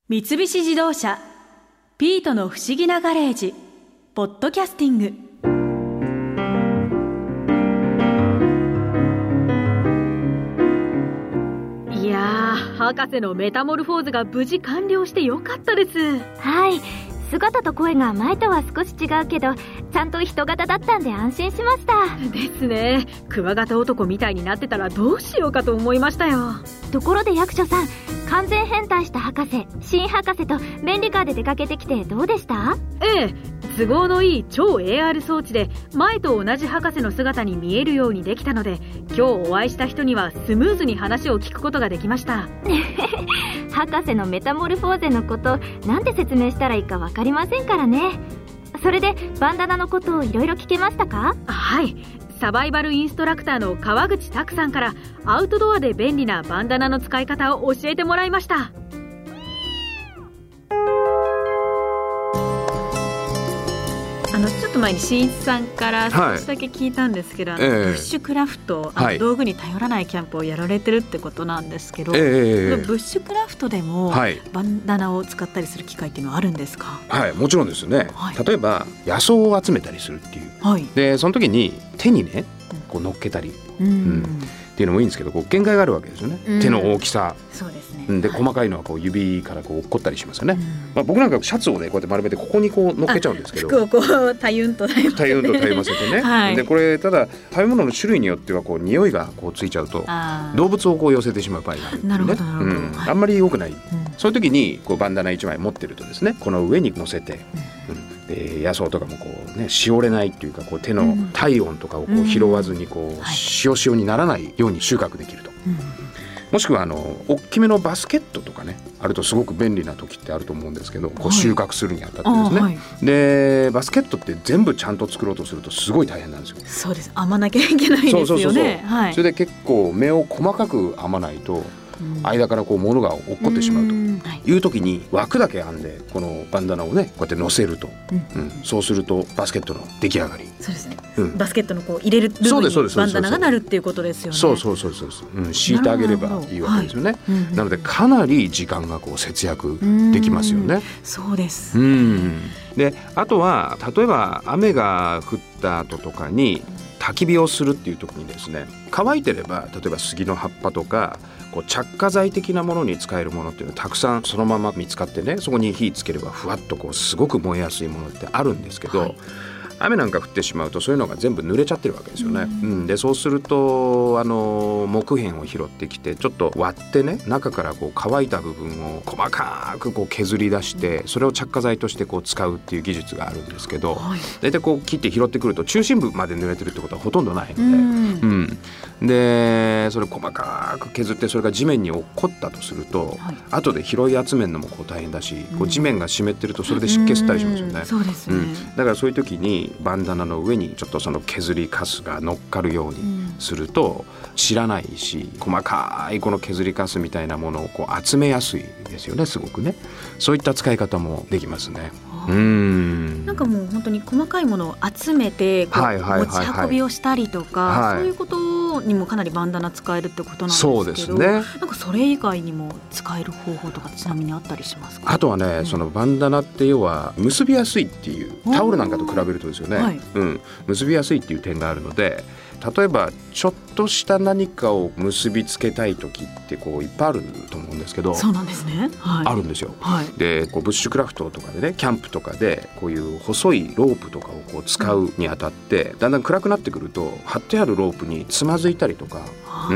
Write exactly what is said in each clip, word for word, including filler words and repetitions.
三菱自動車ピートの不思議なガレージポッドキャスティング。いやー、博士のメタモルフォーズが無事完了してよかったです。 はい、姿と声が前とは少し違うけどちゃんと人型だったんで安心しました。 ですね。クワガタ男みたいになってたらどうしようかと思いましたよ。 ところで役所さん、完全変態した博士、新博士と便利カーで出かけてきてどうでした？ ええ、都合のいい超 エーアール 装置で前と同じ博士の姿に見えるようにできたので、今日お会いした人にはスムーズに話を聞くことができました博士のメタモルフォーゼのことなんて説明したらいいか分かりませんからね。それでバンダナのことをいろいろ聞けましたか？ はい、サバイバルインストラクターの川口拓さんからアウトドアで便利なバンダナの使い方を教えてもらいました。あのちょっと前に新一さんから少しだけ聞いたんですけど、はい、あのブッシュクラフト、えー、あの道具に頼らないキャンプをやられてるってことなんですけど、はい、ブッシュクラフトでもバンダナを使ったりする機会っていうのはあるんですか？ はい、もちろんですね、はい、例えば野草を集めたりするっていう、はい、でその時に手にねこう乗っけたり、うんうん、っていうのもいいんですけど、こう限界があるわけですよね、うん、手の大きさ。 そうですね。 で細かいのはこう指からこう落っこったりしますよね、うん、まあ、僕なんかシャツをねこうやって丸めてここにこう乗っけちゃうんですけど、 服をこうたゆんとたゆんとたゆんとたゆませてね、はい、でこれただ食べ物の種類によってはこう匂いがこうついちゃうと動物をこう寄せてしまう場合があるんで、ね、 なるほどなるほど、うんはい、あんまり良くない、うん、そういう時にこうバンダナいちまい持ってるとですね、この上に乗せて、うん、で野草とかもこうねしおれないっていうか、こう手の体温とかをこう拾わずにこうしおしおにならないように収穫できると、うん、もしくはあの大きめのバスケットとかねあるとすごく便利な時ってあると思うんですけど、こう収穫するにあたってですね、はい、でバスケットって全部ちゃんと作ろうとするとすごい大変なんですよ。 そうです、編まなきゃいけないですよね。そうそうそうそう、はい、それで結構目を細かく編まないと間からこう物が落っこってしまうという時に枠だけ編んでこのバンダナをねこうやって乗せると、うんうん、そうするとバスケットの出来上がり。 そうですね、うん、バスケットのこう入れる部分にバンダナがなるっていうことですよね。 そうそうそうそうそう、うん、敷いてあげればいいわけですよね、はい、うんうん、なのでかなり時間がこう節約できますよね。 そうです、 うん、であとは例えば雨が降った後とかに焚き火をするっていう時にですね、乾いてれば例えば杉の葉っぱとかこう着火剤的なものに使えるものっていうのはたくさんそのまま見つかってね、そこに火つければふわっとこうすごく燃えやすいものってあるんですけど、はい、雨なんか降ってしまうとそういうのが全部濡れちゃってるわけですよね、うんうん、でそうするとあの木片を拾ってきてちょっと割ってね、中からこう乾いた部分を細かくこう削り出してそれを着火剤としてこう使うっていう技術があるんですけど、はい、だいたいこう切って拾ってくると中心部まで濡れてるってことはほとんどないので、うんうん、でそれ細かく削ってそれが地面に落っこったとすると、はい、後で拾い集めるのもこう大変だし、こう地面が湿ってるとそれで湿気吸ったりしますよね、うん、 そうですね、うん、 だからそういう時にバンダナの上にちょっとその削りカスが乗っかるようにすると散らないし、細かいこの削りカスみたいなものをこう集めやすいですよね、すごくね。そういった使い方もできますね。うーん、 なんかもう本当に細かいものを集めてこう持ち運びをしたりとか、はい、そういうことにもかなりバンダナ使えるってことなんですけど、そうですね、なんかそれ以外にも使える方法とかちなみにあったりしますか？ あとはね、うん、そのバンダナって要は結びやすいっていう、タオルなんかと比べるとですよね、はい、うん、結びやすいっていう点があるので、例えばちょっとした何かを結びつけたい時ってこういっぱいあると思うんですけど、 そうなんですね、はい、 あるんですよ、 はい、 でこうブッシュクラフトとかでね、キャンプとかでこういう細いロープとかをこう使うにあたって、うん、だんだん暗くなってくると張ってあるロープにつまずいたりとか、うん、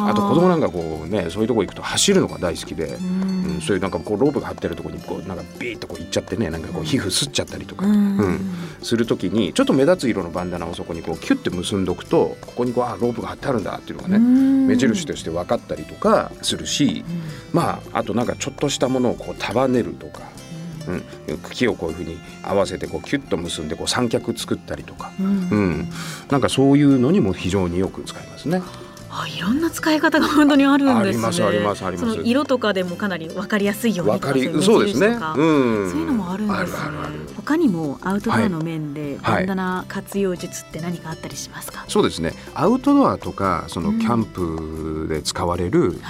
あと子供なんかこうね、そういうとこ行くと走るのが大好きで、うんうん、そういうなんかこうロープが張ってるとこにこうなんかビーッとこう行っちゃってね、なんかこう皮膚吸っちゃったりとか、うんうん、するときにちょっと目立つ色のバンダナをそこにこうキュッて結んどくと、ここにこうあロープが張ってあるんだっていうのがね、目印として分かったりとかするし、まああとなんかちょっとしたものをこう束ねるとか、うん、茎をこういうふうに合わせてこうキュッと結んでこう三脚作ったりとか、うんうん、なんかそういうのにも非常によく使いますね。 あ、いろんな使い方が本当にあるんですね。 ありますありますあります。 その色とかでもかなり分かりやすいようにとか、 そうですね、うん、 そういうのもあるんですね。 あるあるある。 他にもアウトドアの面でバンダナ活用術って何かあったりしますか？ はいはい、そうですね、アウトドアとかそのキャンプで使われる、うん、はい、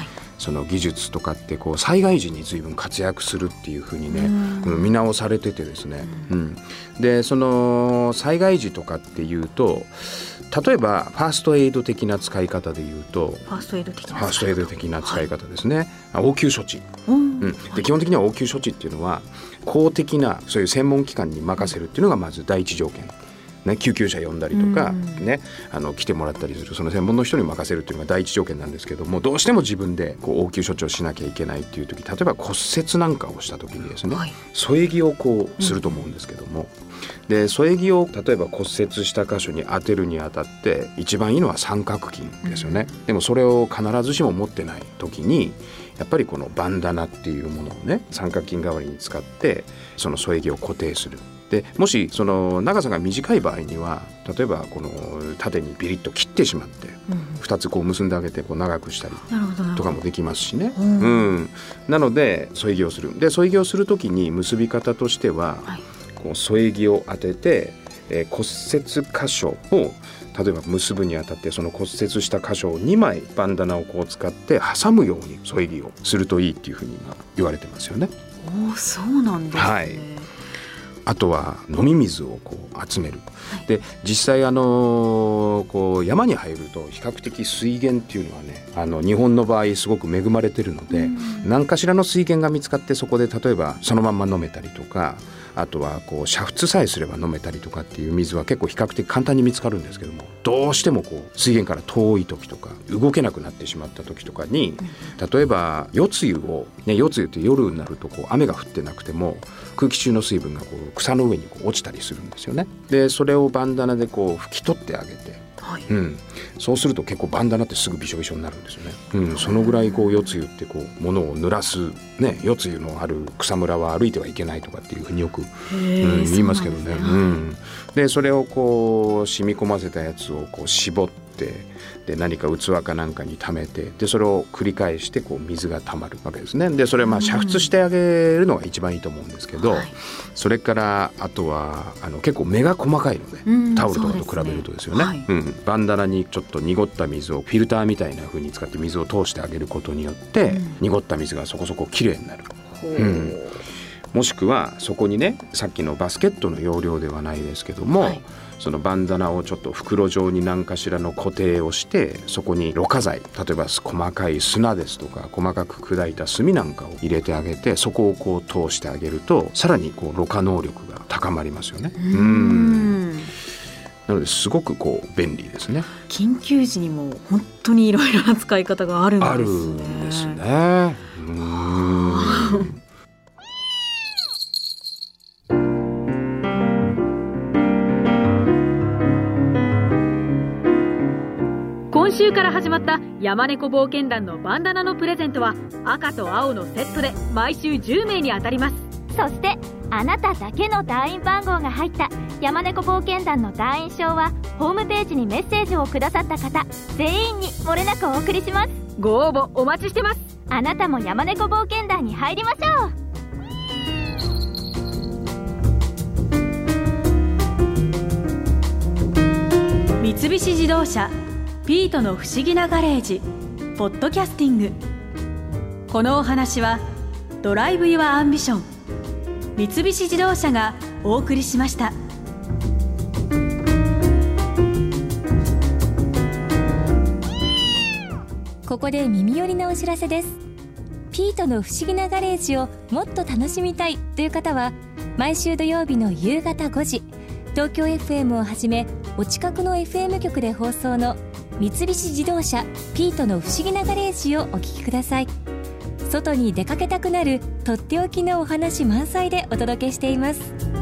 その技術とかってこう災害時に随分活躍するっていうふうにね、うん、見直されててですね、うん、でその災害時とかっていうと例えばファーストエイド的な使い方でいうとファーストエイド的なファーストエイド的な使い方ですね、はい、応急処置、うんうん、で基本的には応急処置っていうのは公的なそういう専門機関に任せるっていうのがまず第一条件、ね、救急車呼んだりとか、ね、あの来てもらったりするその専門の人に任せるっていうのが第一条件なんですけども、どうしても自分でこう応急処置をしなきゃいけないっていう時、例えば骨折なんかをした時にですね、はい、添え木をこうすると思うんですけども、うん、で添え木を例えば骨折した箇所に当てるにあたって一番いいのは三角巾ですよね、うん、でもそれを必ずしも持ってない時にやっぱりこのバンダナっていうものをね三角巾代わりに使ってその添え木を固定する。でもしその長さが短い場合には例えばこの縦にビリッと切ってしまってふたつこう結んであげてこう長くしたりとかもできますしね、うんうん、なので添え木をする。で添え木をするときに結び方としては、はい、こう添え木を当てて、えー、骨折箇所を例えば結ぶにあたってその骨折した箇所をにまいバンダナをこう使って挟むように添え木をするといいっていうふうに今言われてますよね。 お、そうなんですね、はい。 あとは飲み水をこう集める、はい、で実際あのこう山に入ると比較的水源っていうのはねあの日本の場合すごく恵まれてるので、うん、何かしらの水源が見つかってそこで例えばそのまんま飲めたりとか、あとはこう煮沸さえすれば飲めたりとかっていう水は結構比較的簡単に見つかるんですけども、どうしてもこう水源から遠い時とか動けなくなってしまった時とかに、例えば夜露を、ね、夜露って夜になるとこう雨が降ってなくても空気中の水分がこう草の上にこう落ちたりするんですよね。でそれをバンダナでこう拭き取ってあげて、はい、うん、そうすると結構バンダナってすぐびしょびしょになるんですよね、うん、そのぐらいこう夜露ってこう物を濡らす、ね、夜露のある草むらは歩いてはいけないとかっていうふうによく、うん、言いますけどね、うん、でそれをこう染み込ませたやつをこう絞ってで何か器かなんかに溜めて、でそれを繰り返してこう水が溜まるわけですね。でそれをまあ煮沸してあげるのが一番いいと思うんですけど、うん、はい、それからあとはあの結構目が細かいので、うん、タオルとかと比べるとですよね、はい、うん、バンダナにちょっと濁った水をフィルターみたいな風に使って水を通してあげることによって、うん、濁った水がそこそこきれいになる、うん、もしくはそこにねさっきのバスケットの要領ではないですけども、はい、そのバンダナをちょっと袋状に何かしらの固定をして、そこにろ過剤、例えば細かい砂ですとか細かく砕いた炭なんかを入れてあげて、そこをこう通してあげるとさらにこうろ過能力が高まりますよね。うーん、なのですごくこう便利ですね。 緊急時にも本当にいろいろな使い方があるんですね。 あるんですね。うーん今週から始まった山猫冒険団のバンダナのプレゼントは赤と青のセットで毎週じゅうめいに当たります。 そしてあなただけの団員番号が入った山猫冒険団の団員証はホームページにメッセージをくださった方全員に漏れなくお送りします。 ご応募お待ちしてます。 あなたも山猫冒険団に入りましょう。 三菱自動車ピートの不思議なガレージポッドキャスティング。このお話はドライブ・ユア・アンビション三菱自動車がお送りしました。 ここで耳寄りなお知らせです。ピートの不思議なガレージをもっと楽しみたいという方は毎週土曜日の夕方ごじ、東京 エフエム をはじめお近くの エフエム 局で放送の三菱自動車ピートの不思議なガレージをお聞きください。外に出かけたくなるとっておきのお話満載でお届けしています。